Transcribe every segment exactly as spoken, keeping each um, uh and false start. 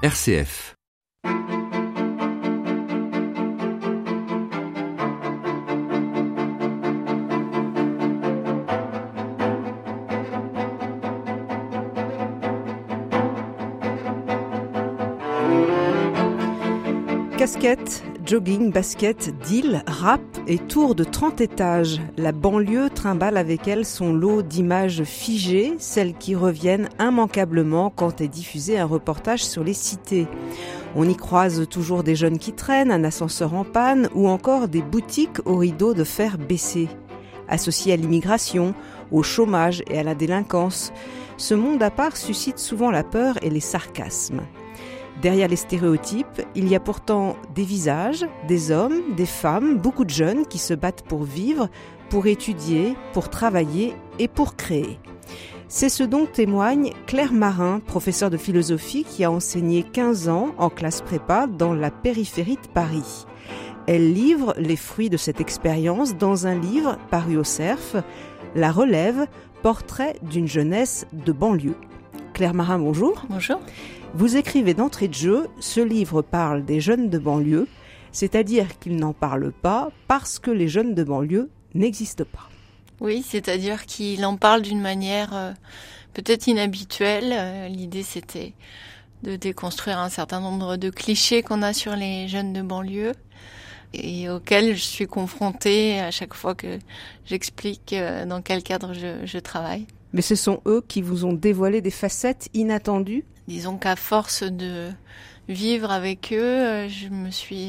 R C F. Casquette, jogging, basket, deal, rap et tour de trente étages. La banlieue trimballe avec elle son lot d'images figées, celles qui reviennent immanquablement quand est diffusé un reportage sur les cités. On y croise toujours des jeunes qui traînent, un ascenseur en panne ou encore des boutiques aux rideaux de fer baissés. Associés à l'immigration, au chômage et à la délinquance, ce monde à part suscite souvent la peur et les sarcasmes. Derrière les stéréotypes, il y a pourtant des visages, des hommes, des femmes, beaucoup de jeunes qui se battent pour vivre, pour étudier, pour travailler et pour créer. C'est ce dont témoigne Claire Marin, professeure de philosophie qui a enseigné quinze ans en classe prépa dans la périphérie de Paris. Elle livre les fruits de cette expérience dans un livre paru au Cerf, La Relève, portrait d'une jeunesse de banlieue. Claire Marin, bonjour. Bonjour. Vous écrivez d'entrée de jeu, ce livre parle des jeunes de banlieue, c'est-à-dire qu'il n'en parle pas parce que les jeunes de banlieue n'existent pas. Oui, c'est-à-dire qu'il en parle d'une manière euh, peut-être inhabituelle. Euh, l'idée, c'était de déconstruire un certain nombre de clichés qu'on a sur les jeunes de banlieue et auxquels je suis confrontée à chaque fois que j'explique euh, dans quel cadre je, je travaille. Mais ce sont eux qui vous ont dévoilé des facettes inattendues ? Disons qu'à force de vivre avec eux, je me suis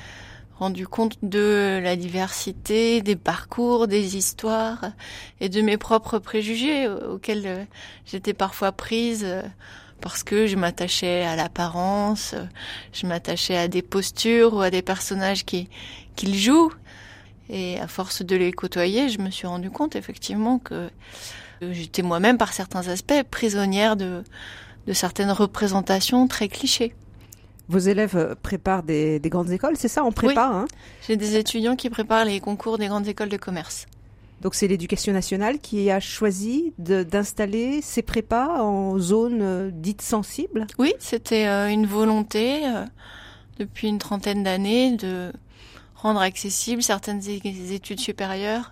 rendu compte de la diversité des parcours, des histoires et de mes propres préjugés auxquels j'étais parfois prise parce que je m'attachais à l'apparence, je m'attachais à des postures ou à des personnages qui, qu'ils jouent. Et à force de les côtoyer, je me suis rendu compte effectivement que j'étais moi-même par certains aspects prisonnière de de certaines représentations très clichés. Vos élèves préparent des, des grandes écoles, c'est ça, on prépare Oui, hein j'ai des étudiants qui préparent les concours des grandes écoles de commerce. Donc c'est l'Éducation nationale qui a choisi de, d'installer ces prépas en zone euh, dite sensible ? Oui, c'était euh, une volonté euh, depuis une trentaine d'années de rendre accessibles certaines é- études supérieures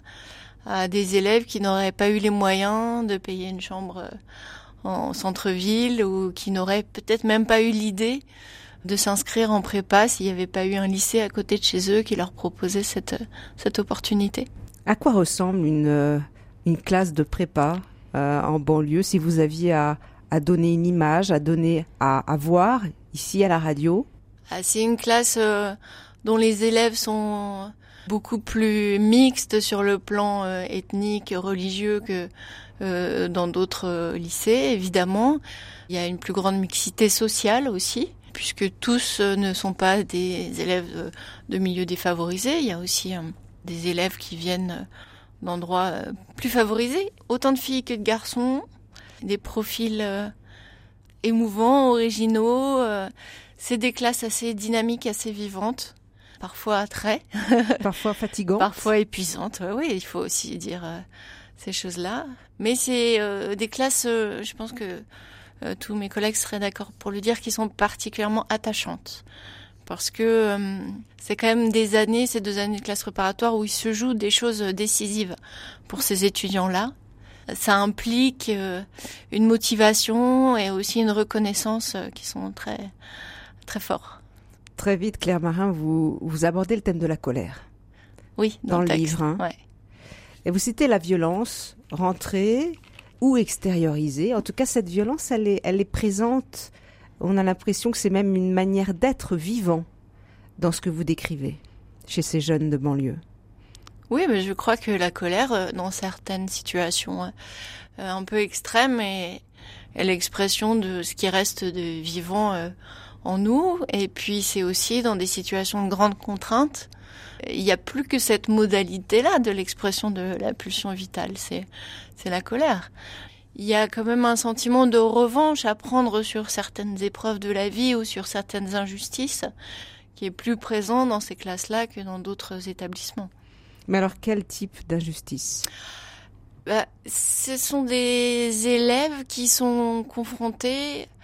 à des élèves qui n'auraient pas eu les moyens de payer une chambre euh, en centre-ville ou qui n'auraient peut-être même pas eu l'idée de s'inscrire en prépa s'il n'y avait pas eu un lycée à côté de chez eux qui leur proposait cette, cette opportunité. À quoi ressemble une, une classe de prépa euh, en banlieue si vous aviez à, à donner une image, à donner à, à voir ici à la radio ? Ah, c'est une classe euh, dont les élèves sont beaucoup plus mixtes sur le plan euh, ethnique, religieux que Euh, dans d'autres euh, lycées, évidemment. Il y a une plus grande mixité sociale aussi, puisque tous euh, ne sont pas des élèves euh, de milieux défavorisés. Il y a aussi euh, des élèves qui viennent euh, d'endroits euh, plus favorisés. Autant de filles que de garçons, des profils euh, émouvants, originaux. Euh, c'est des classes assez dynamiques, assez vivantes, parfois très. Parfois fatigantes. Parfois épuisantes, oui, il faut aussi dire... Euh, ces choses-là. Mais c'est euh, des classes, euh, je pense que euh, tous mes collègues seraient d'accord pour le dire, qui sont particulièrement attachantes. Parce que euh, c'est quand même des années, ces deux années de classe préparatoire où il se joue des choses décisives pour ces étudiants-là. Ça implique euh, une motivation et aussi une reconnaissance euh, qui sont très, très forts. Très vite, Claire Marin, vous, vous abordez le thème de la colère. Oui, dans, dans le, le livre. Hein. Ouais. Et vous citez la violence, rentrée ou extériorisée. En tout cas, cette violence, elle est, elle est présente. On a l'impression que c'est même une manière d'être vivant dans ce que vous décrivez chez ces jeunes de banlieue. Oui, mais je crois que la colère, dans certaines situations un peu extrêmes, est, est l'expression de ce qui reste de vivant en nous. Et puis, c'est aussi dans des situations de grande contrainte. Il n'y a plus que cette modalité-là de l'expression de la pulsion vitale, c'est, c'est la colère. Il y a quand même un sentiment de revanche à prendre sur certaines épreuves de la vie ou sur certaines injustices qui est plus présent dans ces classes-là que dans d'autres établissements. Mais alors, quel type d'injustice ? Bah, ce sont des élèves qui sont confrontés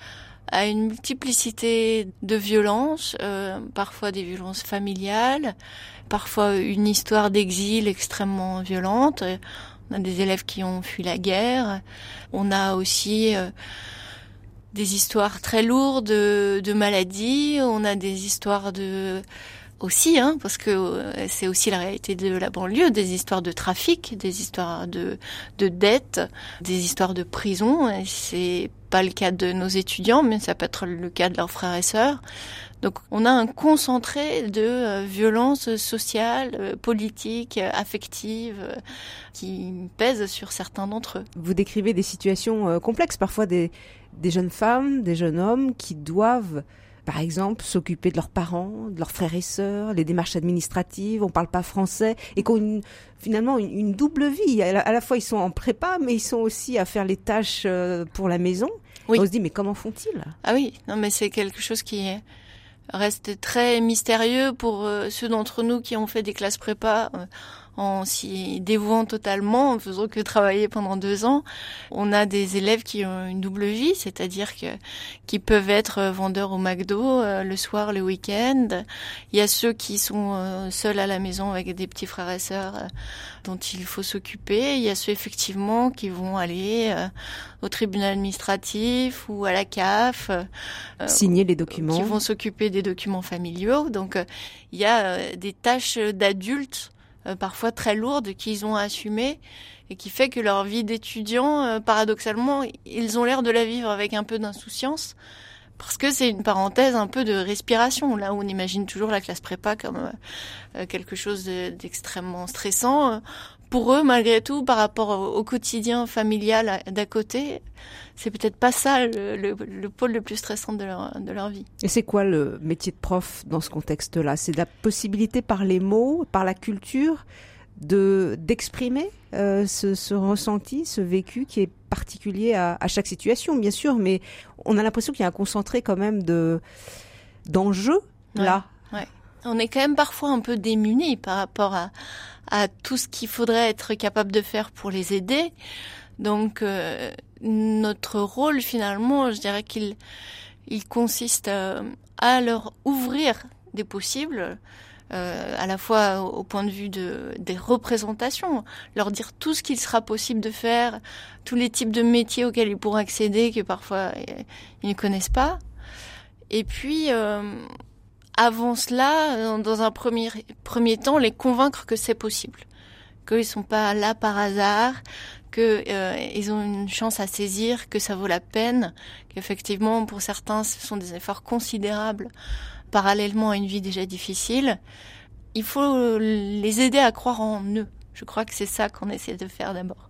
à une multiplicité de violences, euh, parfois des violences familiales, parfois une histoire d'exil extrêmement violente. On a des élèves qui ont fui la guerre. On a aussi euh, des histoires très lourdes de, de maladies. On a des histoires de aussi, hein, parce que euh, c'est aussi la réalité de la banlieue, des histoires de trafic, des histoires de de dettes, des histoires de prison. Et c'est pas le cas de nos étudiants, mais ça peut être le cas de leurs frères et sœurs. Donc on a un concentré de euh, violences sociales, euh, politiques, euh, affectives, euh, qui pèsent sur certains d'entre eux. Vous décrivez des situations euh, complexes, parfois des, des jeunes femmes, des jeunes hommes qui doivent, par exemple, s'occuper de leurs parents, de leurs frères et sœurs, les démarches administratives, on parle pas français, et qui ont une, finalement une, une double vie. À la, à la fois, ils sont en prépa, mais ils sont aussi à faire les tâches euh, pour la maison. Oui. On se dit, mais comment font-ils ? Ah oui, non, mais c'est quelque chose qui est reste très mystérieux pour euh, ceux d'entre nous qui ont fait des classes prépa euh, en s'y dévouant totalement, en faisant que travailler pendant deux ans. On a des élèves qui ont une double vie, c'est-à-dire que qui peuvent être vendeurs au McDo euh, le soir, le week-end. Il y a ceux qui sont euh, seuls à la maison avec des petits frères et sœurs euh, dont il faut s'occuper. Il y a ceux effectivement qui vont aller euh, au tribunal administratif ou à la C A F. Euh, Signer les documents. Qui vont s'occuper des documents familiaux. Donc euh, il y a euh, des tâches d'adultes Euh, parfois très lourdes qu'ils ont à assumer et qui fait que leur vie d'étudiant, euh, paradoxalement, ils ont l'air de la vivre avec un peu d'insouciance parce que c'est une parenthèse un peu de respiration. Là où on imagine toujours la classe prépa comme euh, quelque chose de, d'extrêmement stressant, euh, pour eux, malgré tout, par rapport au, au quotidien familial d'à côté, c'est peut-être pas ça le, le, le pôle le plus stressant de leur, de leur vie. Et c'est quoi le métier de prof dans ce contexte-là ? C'est la possibilité par les mots, par la culture, de d'exprimer euh, ce, ce ressenti, ce vécu qui est particulier à, à chaque situation, bien sûr, mais on a l'impression qu'il y a un concentré quand même de d'enjeux ouais, là. Ouais. On est quand même parfois un peu démunis par rapport à, à tout ce qu'il faudrait être capable de faire pour les aider. Donc euh, notre rôle finalement, je dirais qu'il il consiste à, à leur ouvrir des possibles, euh, à la fois au, au point de vue de, des représentations, leur dire tout ce qu'il sera possible de faire, tous les types de métiers auxquels ils pourront accéder que parfois ils ne connaissent pas. Et puis euh, avant cela, dans un premier premier temps, les convaincre que c'est possible, qu'ils sont pas là par hasard, que euh, ils ont une chance à saisir, que ça vaut la peine, qu'effectivement pour certains ce sont des efforts considérables parallèlement à une vie déjà difficile. Il faut les aider à croire en eux. Je crois que c'est ça qu'on essaie de faire d'abord.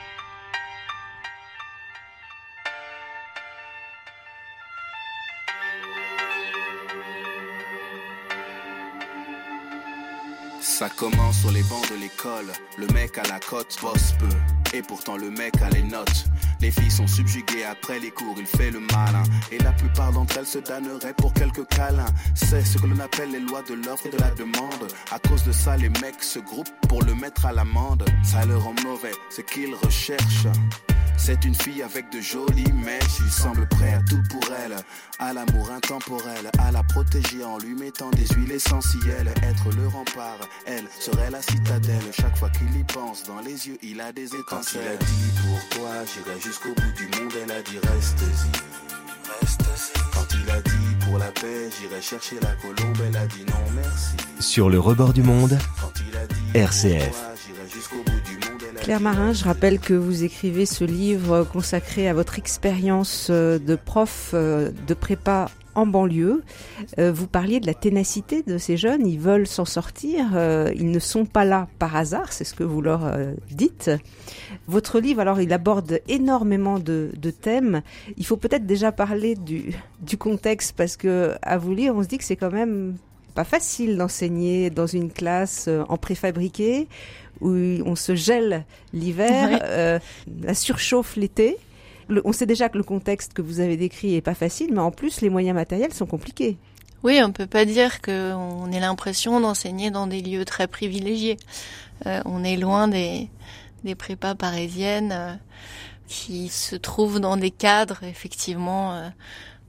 Ça commence sur les bancs de l'école. Le mec à la cote bosse peu, et pourtant le mec a les notes. Les filles sont subjuguées après les cours, il fait le malin. Et la plupart d'entre elles se damneraient pour quelques câlins. C'est ce que l'on appelle les lois de l'offre et de la demande. À cause de ça, les mecs se groupent pour le mettre à l'amende. Ça le rend mauvais, ce qu'ils recherchent. C'est une fille avec de jolies mèches. Il semble prêt à tout pour elle, à l'amour intemporel, à la protéger en lui mettant des huiles essentielles. Être le rempart, elle serait la citadelle. Chaque fois qu'il y pense, dans les yeux il a des étincelles. Quand il a dit pour toi, j'irai jusqu'au bout du monde, elle a dit reste-y, reste-y. Quand il a dit pour la paix, j'irai chercher la colombe, elle a dit non merci. Sur le rebord du monde, R C F. Claire Marin, je rappelle que vous écrivez ce livre consacré à votre expérience de prof de prépa en banlieue. Vous parliez de la ténacité de ces jeunes, ils veulent s'en sortir, ils ne sont pas là par hasard, c'est ce que vous leur dites. Votre livre, alors, il aborde énormément de, de thèmes. Il faut peut-être déjà parler du, du contexte, parce que à vous lire, on se dit que c'est quand même pas facile d'enseigner dans une classe en préfabriqué, où on se gèle l'hiver, ouais. euh, la surchauffe l'été. Le, on sait déjà que le contexte que vous avez décrit est pas facile, mais en plus, les moyens matériels sont compliqués. Oui, on peut pas dire qu'on ait l'impression d'enseigner dans des lieux très privilégiés. Euh, on est loin des, des prépas parisiennes euh, qui se trouvent dans des cadres, effectivement, euh,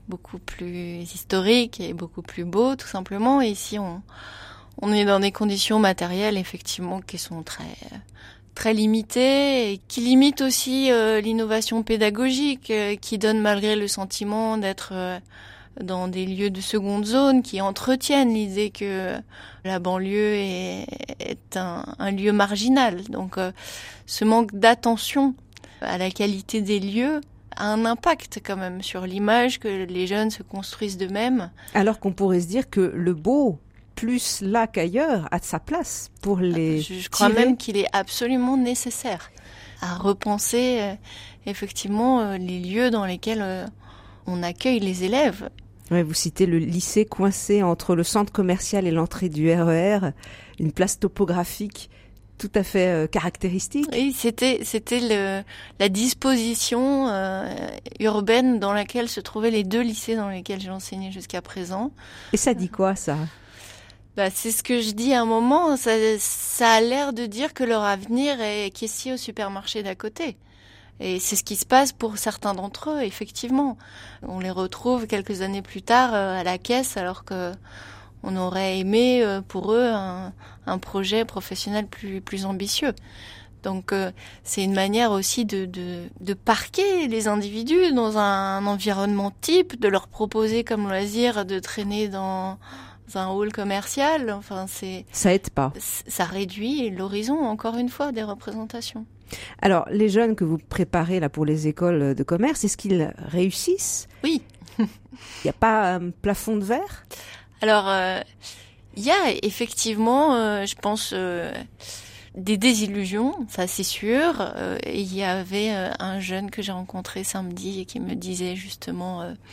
beaucoup plus historique et beaucoup plus beau, tout simplement. Et ici, on, on est dans des conditions matérielles, effectivement, qui sont très, très limitées et qui limitent aussi euh, l'innovation pédagogique, euh, qui donne malgré le sentiment d'être euh, dans des lieux de seconde zone, qui entretiennent l'idée que la banlieue est, est un, un lieu marginal. Donc, euh, ce manque d'attention à la qualité des lieux a un impact quand même sur l'image que les jeunes se construisent d'eux-mêmes. Alors qu'on pourrait se dire que le beau, plus là qu'ailleurs, a de sa place pour les Je, je crois tirer. même qu'il est absolument nécessaire à repenser euh, effectivement euh, les lieux dans lesquels euh, on accueille les élèves. Ouais, vous citez le lycée coincé entre le centre commercial et l'entrée du R E R, une place topographique tout à fait euh, caractéristique. Oui, c'était c'était le la disposition euh, urbaine dans laquelle se trouvaient les deux lycées dans lesquels j'ai enseigné jusqu'à présent. Et ça dit quoi, ça ? Bah, c'est ce que je dis à un moment. Ça, ça a l'air de dire que leur avenir est caissier au supermarché d'à côté. Et c'est ce qui se passe pour certains d'entre eux, effectivement. On les retrouve quelques années plus tard euh, à la caisse, alors que on aurait aimé euh, pour eux un, un projet professionnel plus, plus ambitieux. Donc euh, c'est une manière aussi de, de, de parquer les individus dans un, un environnement type, de leur proposer comme loisir de traîner dans un hall commercial. Enfin, c'est ça aide pas. Ça réduit l'horizon, encore une fois, des représentations. Alors, les jeunes que vous préparez là pour les écoles de commerce, est-ce qu'ils réussissent ? Oui. Il n'y a pas un plafond de verre ? Alors, il euh, y a effectivement, euh, je pense, euh, des désillusions, ça c'est sûr. Euh, il y avait euh, un jeune que j'ai rencontré samedi et qui me disait justement euh,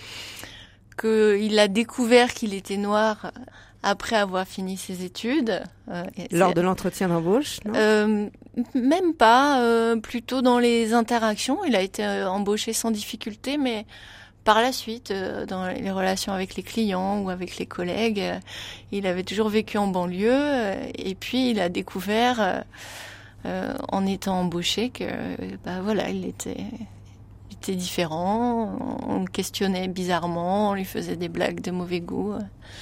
qu'il a découvert qu'il était noir après avoir fini ses études. Euh, Lors de l'entretien d'embauche, non ? euh, Même pas, euh, plutôt dans les interactions. Il a été euh, embauché sans difficulté, mais par la suite, euh, dans les relations avec les clients ou avec les collègues, euh, il avait toujours vécu en banlieue euh, et puis il a découvert, euh, euh, en étant embauché, que bah voilà, il était, il était différent. On le questionnait bizarrement, on lui faisait des blagues de mauvais goût.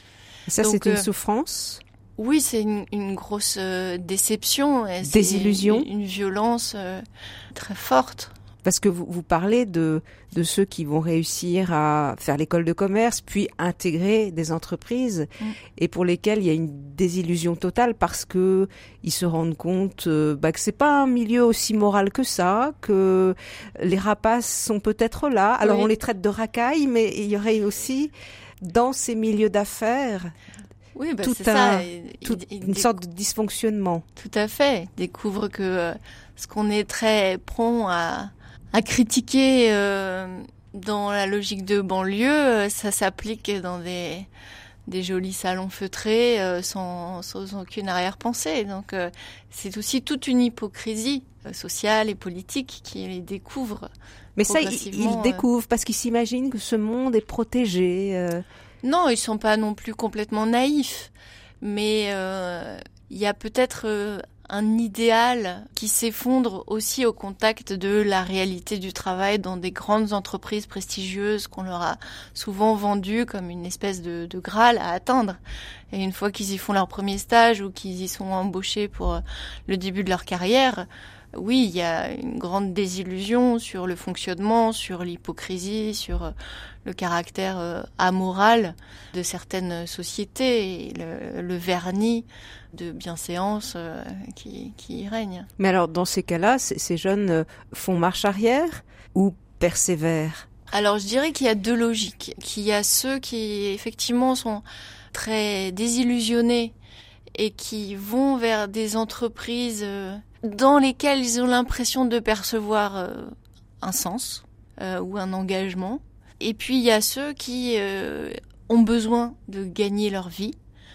Ça, Donc, c'est une euh, souffrance ? Oui, c'est une, une grosse euh, déception. Et Désillusion ? Une, une violence euh, très forte. Parce que vous, vous parlez de, de ceux qui vont réussir à faire l'école de commerce, puis intégrer des entreprises, mmh. et pour lesquels il y a une désillusion totale parce que ils se rendent compte euh, bah, que c'est pas un milieu aussi moral que ça, que les rapaces sont peut-être là. Alors oui. On les traite de racailles, mais il y aurait aussi dans ces milieux d'affaires oui, bah, tout c'est un, ça. tout, il, il, une il, sorte de dysfonctionnement. Tout à fait. Il découvre que euh, ce qu'on est très prompt à à critiquer euh, dans la logique de banlieue, ça s'applique dans des des jolis salons feutrés euh, sans sans aucune arrière-pensée. Donc euh, c'est aussi toute une hypocrisie euh, sociale et politique qui les découvre. Mais ça, ils il découvrent euh... parce qu'ils s'imaginent que ce monde est protégé. Euh... Non, ils sont pas non plus complètement naïfs, mais il euh, y a peut-être euh, un idéal qui s'effondre aussi au contact de la réalité du travail dans des grandes entreprises prestigieuses qu'on leur a souvent vendues comme une espèce de, de Graal à atteindre. Et une fois qu'ils y font leur premier stage ou qu'ils y sont embauchés pour le début de leur carrière, oui, il y a une grande désillusion sur le fonctionnement, sur l'hypocrisie, sur le caractère euh, amoral de certaines sociétés et le, le vernis de bienséance euh, qui, qui y règne. Mais alors, dans ces cas-là, c- ces jeunes font marche arrière ou persévèrent ? Alors, je dirais qu'il y a deux logiques. Qu'il y a ceux qui, effectivement, sont très désillusionnés et qui vont vers des entreprises euh, dans lesquelles ils ont l'impression de percevoir euh, un sens euh, ou un engagement. Et puis, il y a ceux qui euh, ont besoin de gagner leur vie,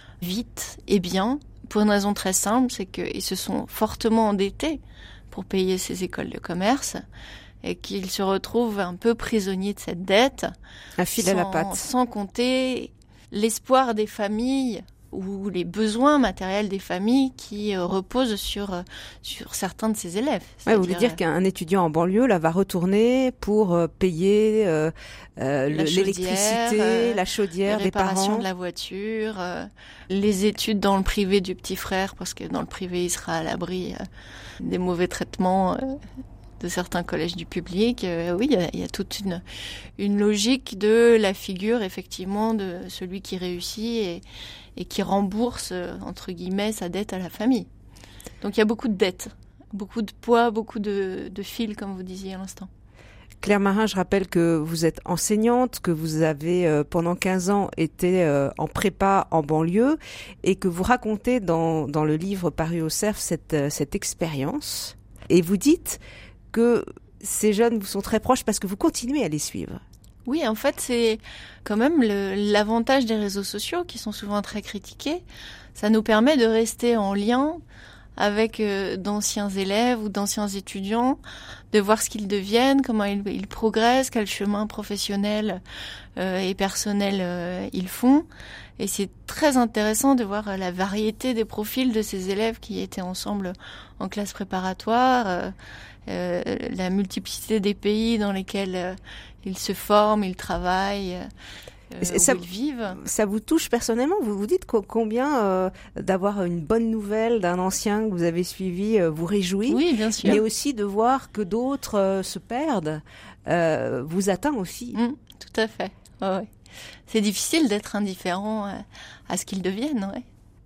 vite et bien, pour une raison très simple, c'est qu'ils se sont fortement endettés pour payer ces écoles de commerce et qu'ils se retrouvent un peu prisonniers de cette dette. Un fil sans, à la patte. Sans compter l'espoir des familles ou les besoins matériels des familles qui euh, reposent sur euh, sur certains de ces élèves. Ouais, vous voulez dire qu'un étudiant en banlieue là va retourner pour euh, payer euh, euh, le, l'électricité, euh, la chaudière des parents, réparation de la voiture, euh, les études dans le privé du petit frère, parce que dans le privé il sera à l'abri euh, des mauvais traitements. Euh, de certains collèges du public, euh, oui, il y a, y a toute une, une logique de la figure, effectivement, de celui qui réussit et, et qui rembourse, euh, entre guillemets, sa dette à la famille. Donc il y a beaucoup de dettes, beaucoup de poids, beaucoup de, de fils, comme vous disiez à l'instant. Claire Marin, je rappelle que vous êtes enseignante, que vous avez euh, pendant quinze ans été euh, en prépa en banlieue et que vous racontez dans, dans le livre paru au Cerf cette, euh, cette expérience. Et vous dites que ces jeunes vous sont très proches parce que vous continuez à les suivre. Oui, en fait, c'est quand même le, l'avantage des réseaux sociaux qui sont souvent très critiqués. Ça nous permet de rester en lien avec euh, d'anciens élèves ou d'anciens étudiants, de voir ce qu'ils deviennent, comment ils, ils progressent, quel chemin professionnel euh, et personnel euh, ils font. Et c'est très intéressant de voir la variété des profils de ces élèves qui étaient ensemble en classe préparatoire, euh, euh, la multiplicité des pays dans lesquels euh, ils se forment, ils travaillent, euh, ça, où ils vivent. Ça vous touche personnellement? Vous vous dites combien euh, d'avoir une bonne nouvelle d'un ancien que vous avez suivi euh, vous réjouit? Oui, bien sûr. Mais aussi de voir que d'autres euh, se perdent euh, vous atteint aussi. Mmh, tout à fait. Ouais, ouais. C'est difficile d'être indifférent à, à ce qu'ils deviennent, ouais.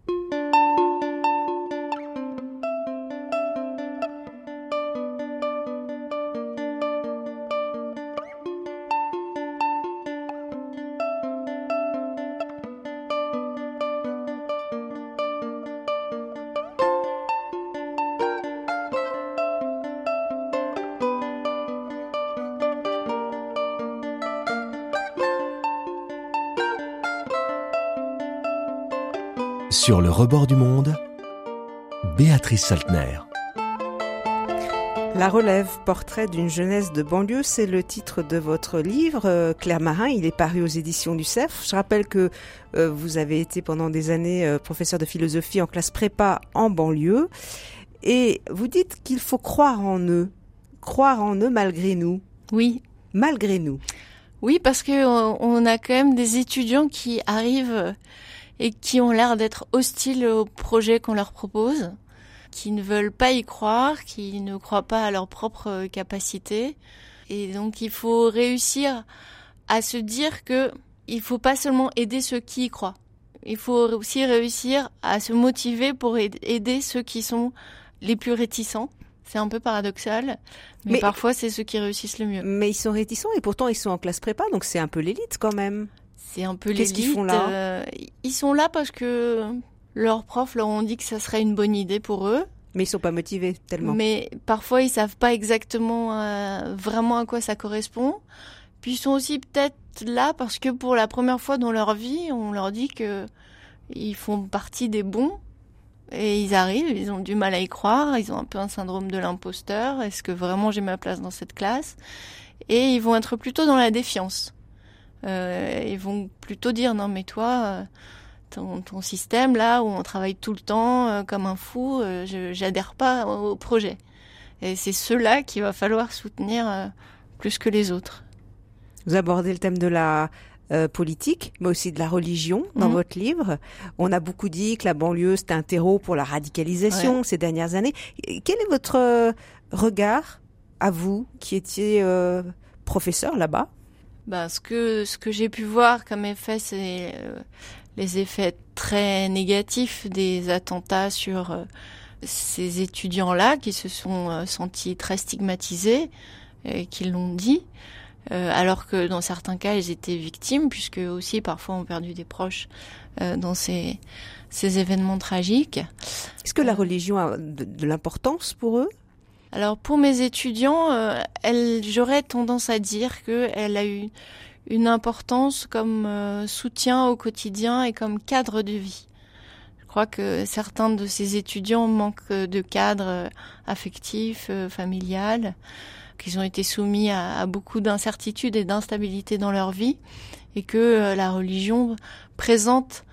Sur le rebord du monde, Béatrice Saltner. La relève, portrait d'une jeunesse de banlieue, c'est le titre de votre livre, Claire Marin. Il est paru aux éditions du Cerf. Je rappelle que euh, vous avez été pendant des années euh, professeur de philosophie en classe prépa en banlieue. Et vous dites qu'il faut croire en eux, croire en eux malgré nous. Oui. Malgré nous. Oui, parce que on, on a quand même des étudiants qui arrivent et qui ont l'air d'être hostiles au projet qu'on leur propose, qui ne veulent pas y croire, qui ne croient pas à leurs propres capacités. Et donc il faut réussir à se dire que il faut pas seulement aider ceux qui y croient. Il faut aussi réussir à se motiver pour aider ceux qui sont les plus réticents. C'est un peu paradoxal, mais, mais parfois c'est ceux qui réussissent le mieux. Mais ils sont réticents et pourtant ils sont en classe prépa, donc c'est un peu l'élite quand même. C'est un peu Qu'est-ce l'élite. qu'ils font là euh, Ils sont là parce que leurs profs leur ont dit que ça serait une bonne idée pour eux. Mais ils sont pas motivés tellement. Mais parfois ils savent pas exactement euh, vraiment à quoi ça correspond. Puis ils sont aussi peut-être là parce que pour la première fois dans leur vie, on leur dit que ils font partie des bons. Et ils arrivent, ils ont du mal à y croire, ils ont un peu un syndrome de l'imposteur. Est-ce que vraiment j'ai ma place dans cette classe? Et ils vont être plutôt dans la défiance. Euh, ils vont plutôt dire non mais toi, euh, ton, ton système là où on travaille tout le temps euh, comme un fou, euh, je, j'adhère pas au, au projet. Et c'est ceux-là qu'il va falloir soutenir euh, plus que les autres. Vous abordez le thème de la euh, politique, mais aussi de la religion dans mmh. votre livre. On a beaucoup dit que la banlieue c'était un terreau pour la radicalisation ouais. ces dernières années. Quel est votre euh, regard à vous qui étiez euh, professeur là-bas? Bah, ce que ce que j'ai pu voir comme effet, c'est euh, les effets très négatifs des attentats sur euh, ces étudiants-là qui se sont euh, sentis très stigmatisés, et qui l'ont dit, euh, alors que dans certains cas, ils étaient victimes, puisque aussi parfois ont perdu des proches euh, dans ces ces événements tragiques. Est-ce que la religion a de, de l'importance pour eux? Alors pour mes étudiants, euh, elle, j'aurais tendance à dire qu'elle a eu une importance comme euh, soutien au quotidien et comme cadre de vie. Je crois que certains de ces étudiants manquent de cadre affectif, euh, familial, qu'ils ont été soumis à, à beaucoup d'incertitudes et d'instabilité dans leur vie, et que euh, la religion présente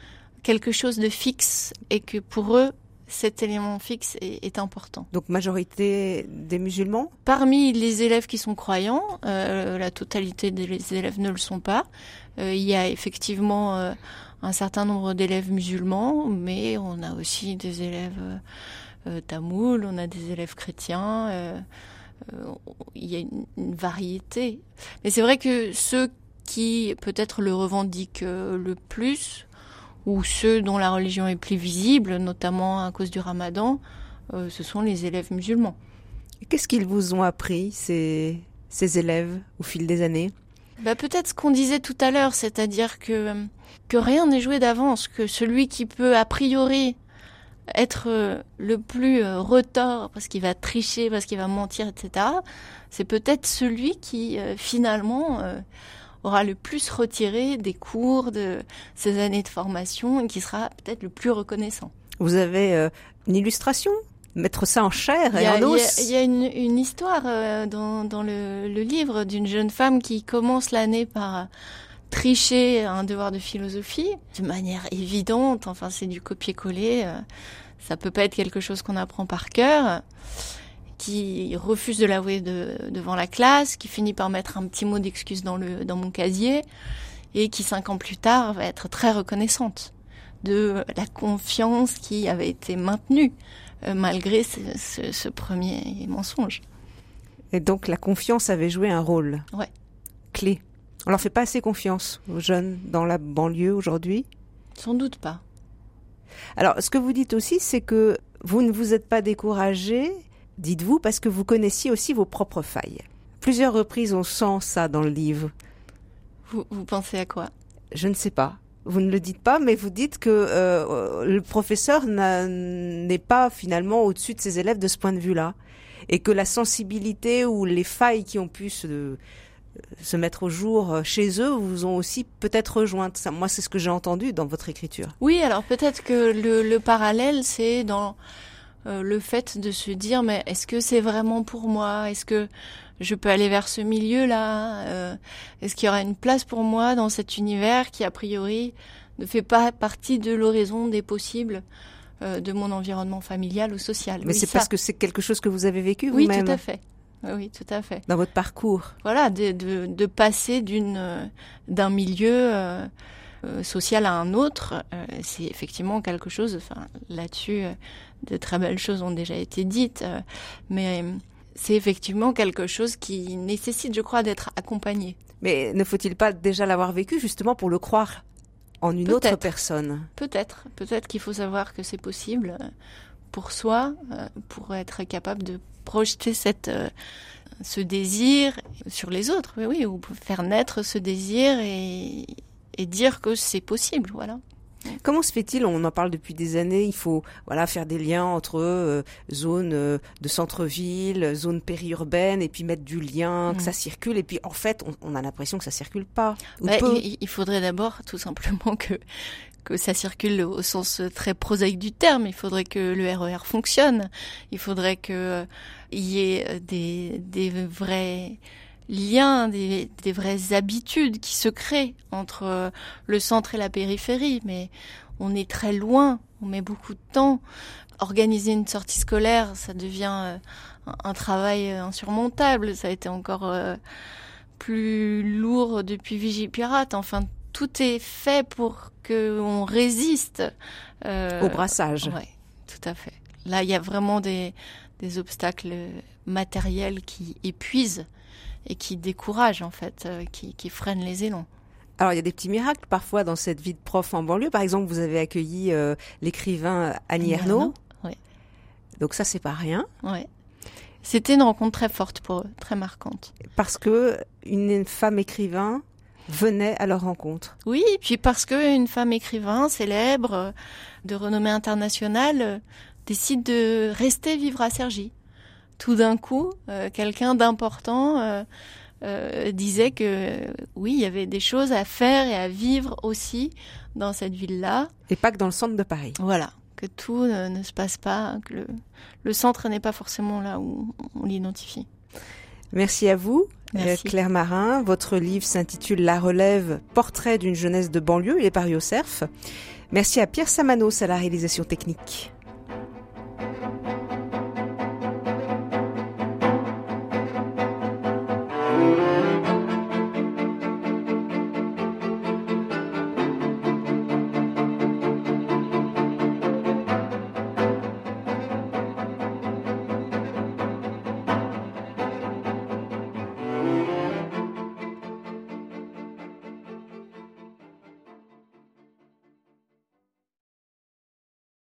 quelque chose de fixe et que pour eux, cet élément fixe est, est important. Donc majorité des musulmans ? Parmi les élèves qui sont croyants, euh, la totalité des élèves ne le sont pas. Euh, il y a effectivement euh, un certain nombre d'élèves musulmans, mais on a aussi des élèves euh, euh, tamouls, on a des élèves chrétiens. Euh, euh, il y a une, une variété. Mais c'est vrai que ceux qui peut-être le revendiquent euh, le plus, ou ceux dont la religion est plus visible, notamment à cause du ramadan, euh, ce sont les élèves musulmans. Qu'est-ce qu'ils vous ont appris, ces, ces élèves, au fil des années ? Bah, peut-être ce qu'on disait tout à l'heure, c'est-à-dire que, que rien n'est joué d'avance, que celui qui peut a priori être euh, le plus euh, retors, parce qu'il va tricher, parce qu'il va mentir, et cetera, c'est peut-être celui qui, euh, finalement... Euh, aura le plus retiré des cours, de ces années de formation, et qui sera peut-être le plus reconnaissant. Vous avez euh, une illustration ? Mettre ça en chair et a, en os ? Il y a, y a une, une histoire euh, dans, dans le, le livre d'une jeune femme qui commence l'année par tricher un devoir de philosophie de manière évidente. Enfin, c'est du copier-coller. Euh, ça peut pas être quelque chose qu'on apprend par cœur. Qui refuse de l'avouer de, devant la classe, qui finit par mettre un petit mot d'excuse dans, le, dans mon casier, et qui, cinq ans plus tard, va être très reconnaissante de la confiance qui avait été maintenue, euh, malgré ce, ce, ce premier mensonge. Et donc, la confiance avait joué un rôle ouais. clé. On leur fait pas assez confiance aux jeunes dans la banlieue aujourd'hui ? Sans doute pas. Alors, ce que vous dites aussi, c'est que vous ne vous êtes pas découragé, dites-vous, parce que vous connaissiez aussi vos propres failles. Plusieurs reprises, on sent ça dans le livre. Vous, vous pensez à quoi ? Je ne sais pas. Vous ne le dites pas, mais vous dites que euh, le professeur n'a, n'est pas finalement au-dessus de ses élèves de ce point de vue-là. Et que la sensibilité ou les failles qui ont pu se, se mettre au jour chez eux vous ont aussi peut-être rejointes. Ça, moi, c'est ce que j'ai entendu dans votre écriture. Oui, alors peut-être que le, le parallèle, c'est dans... Euh, le fait de se dire mais est-ce que c'est vraiment pour moi ? Est-ce que je peux aller vers ce milieu-là ? euh, Est-ce qu'il y aura une place pour moi dans cet univers qui a priori ne fait pas partie de l'horizon des possibles euh, de mon environnement familial ou social ? Mais oui, c'est ça. Parce que c'est quelque chose que vous avez vécu oui, vous-même ? Oui, tout à fait. Oui, tout à fait. Dans votre parcours ? Voilà, de, de, de passer d'une, euh, d'un milieu euh, euh, social à un autre, euh, c'est effectivement quelque chose, enfin, là-dessus... Euh, de très belles choses ont déjà été dites, euh, mais c'est effectivement quelque chose qui nécessite, je crois, d'être accompagné. Mais ne faut-il pas déjà l'avoir vécu justement pour le croire en une peut-être. autre personne ? Peut-être. Peut-être qu'il faut savoir que c'est possible pour soi, euh, pour être capable de projeter cette, euh, ce désir sur les autres, oui, oui, ou faire naître ce désir et, et dire que c'est possible, voilà. Comment se fait-il, on en parle depuis des années, il faut voilà faire des liens entre euh, zones euh, de centre-ville, zones périurbaines, et puis mettre du lien, mmh. que ça circule, et puis en fait, on, on a l'impression que ça circule pas. Ou bah, peu. Il, il faudrait d'abord tout simplement que que ça circule au sens très prosaïque du terme. Il faudrait que le R E R fonctionne. Il faudrait que euh, y ait des des vrais liens, des, des vraies habitudes qui se créent entre le centre et la périphérie, mais on est très loin, on met beaucoup de temps. Organiser une sortie scolaire, ça devient un, un travail insurmontable, ça a été encore euh, plus lourd depuis Vigipirate, enfin tout est fait pour qu'on résiste. Euh, Au brassage. Oui, tout à fait. Là, il y a vraiment des, des obstacles matériels qui épuisent et qui décourage en fait, euh, qui, qui freine les élans. Alors il y a des petits miracles parfois dans cette vie de prof en banlieue. Par exemple, vous avez accueilli euh, l'écrivain Annie Ernaux. Oui. Donc ça, c'est pas rien. Oui. C'était une rencontre très forte pour eux, très marquante. Parce que une femme écrivain venait à leur rencontre. Oui, puis parce que une femme écrivain célèbre, de renommée internationale, euh, décide de rester vivre à Cergy. Tout d'un coup, euh, quelqu'un d'important euh, euh, disait que euh, oui, il y avait des choses à faire et à vivre aussi dans cette ville-là. Et pas que dans le centre de Paris. Voilà, que tout euh, ne se passe pas, que le, le centre n'est pas forcément là où on l'identifie. Merci à vous. Merci. Claire Marin, votre livre s'intitule La Relève, portrait d'une jeunesse de banlieue. Il est paru au Cerf. Merci à Pierre Samanos à la réalisation technique.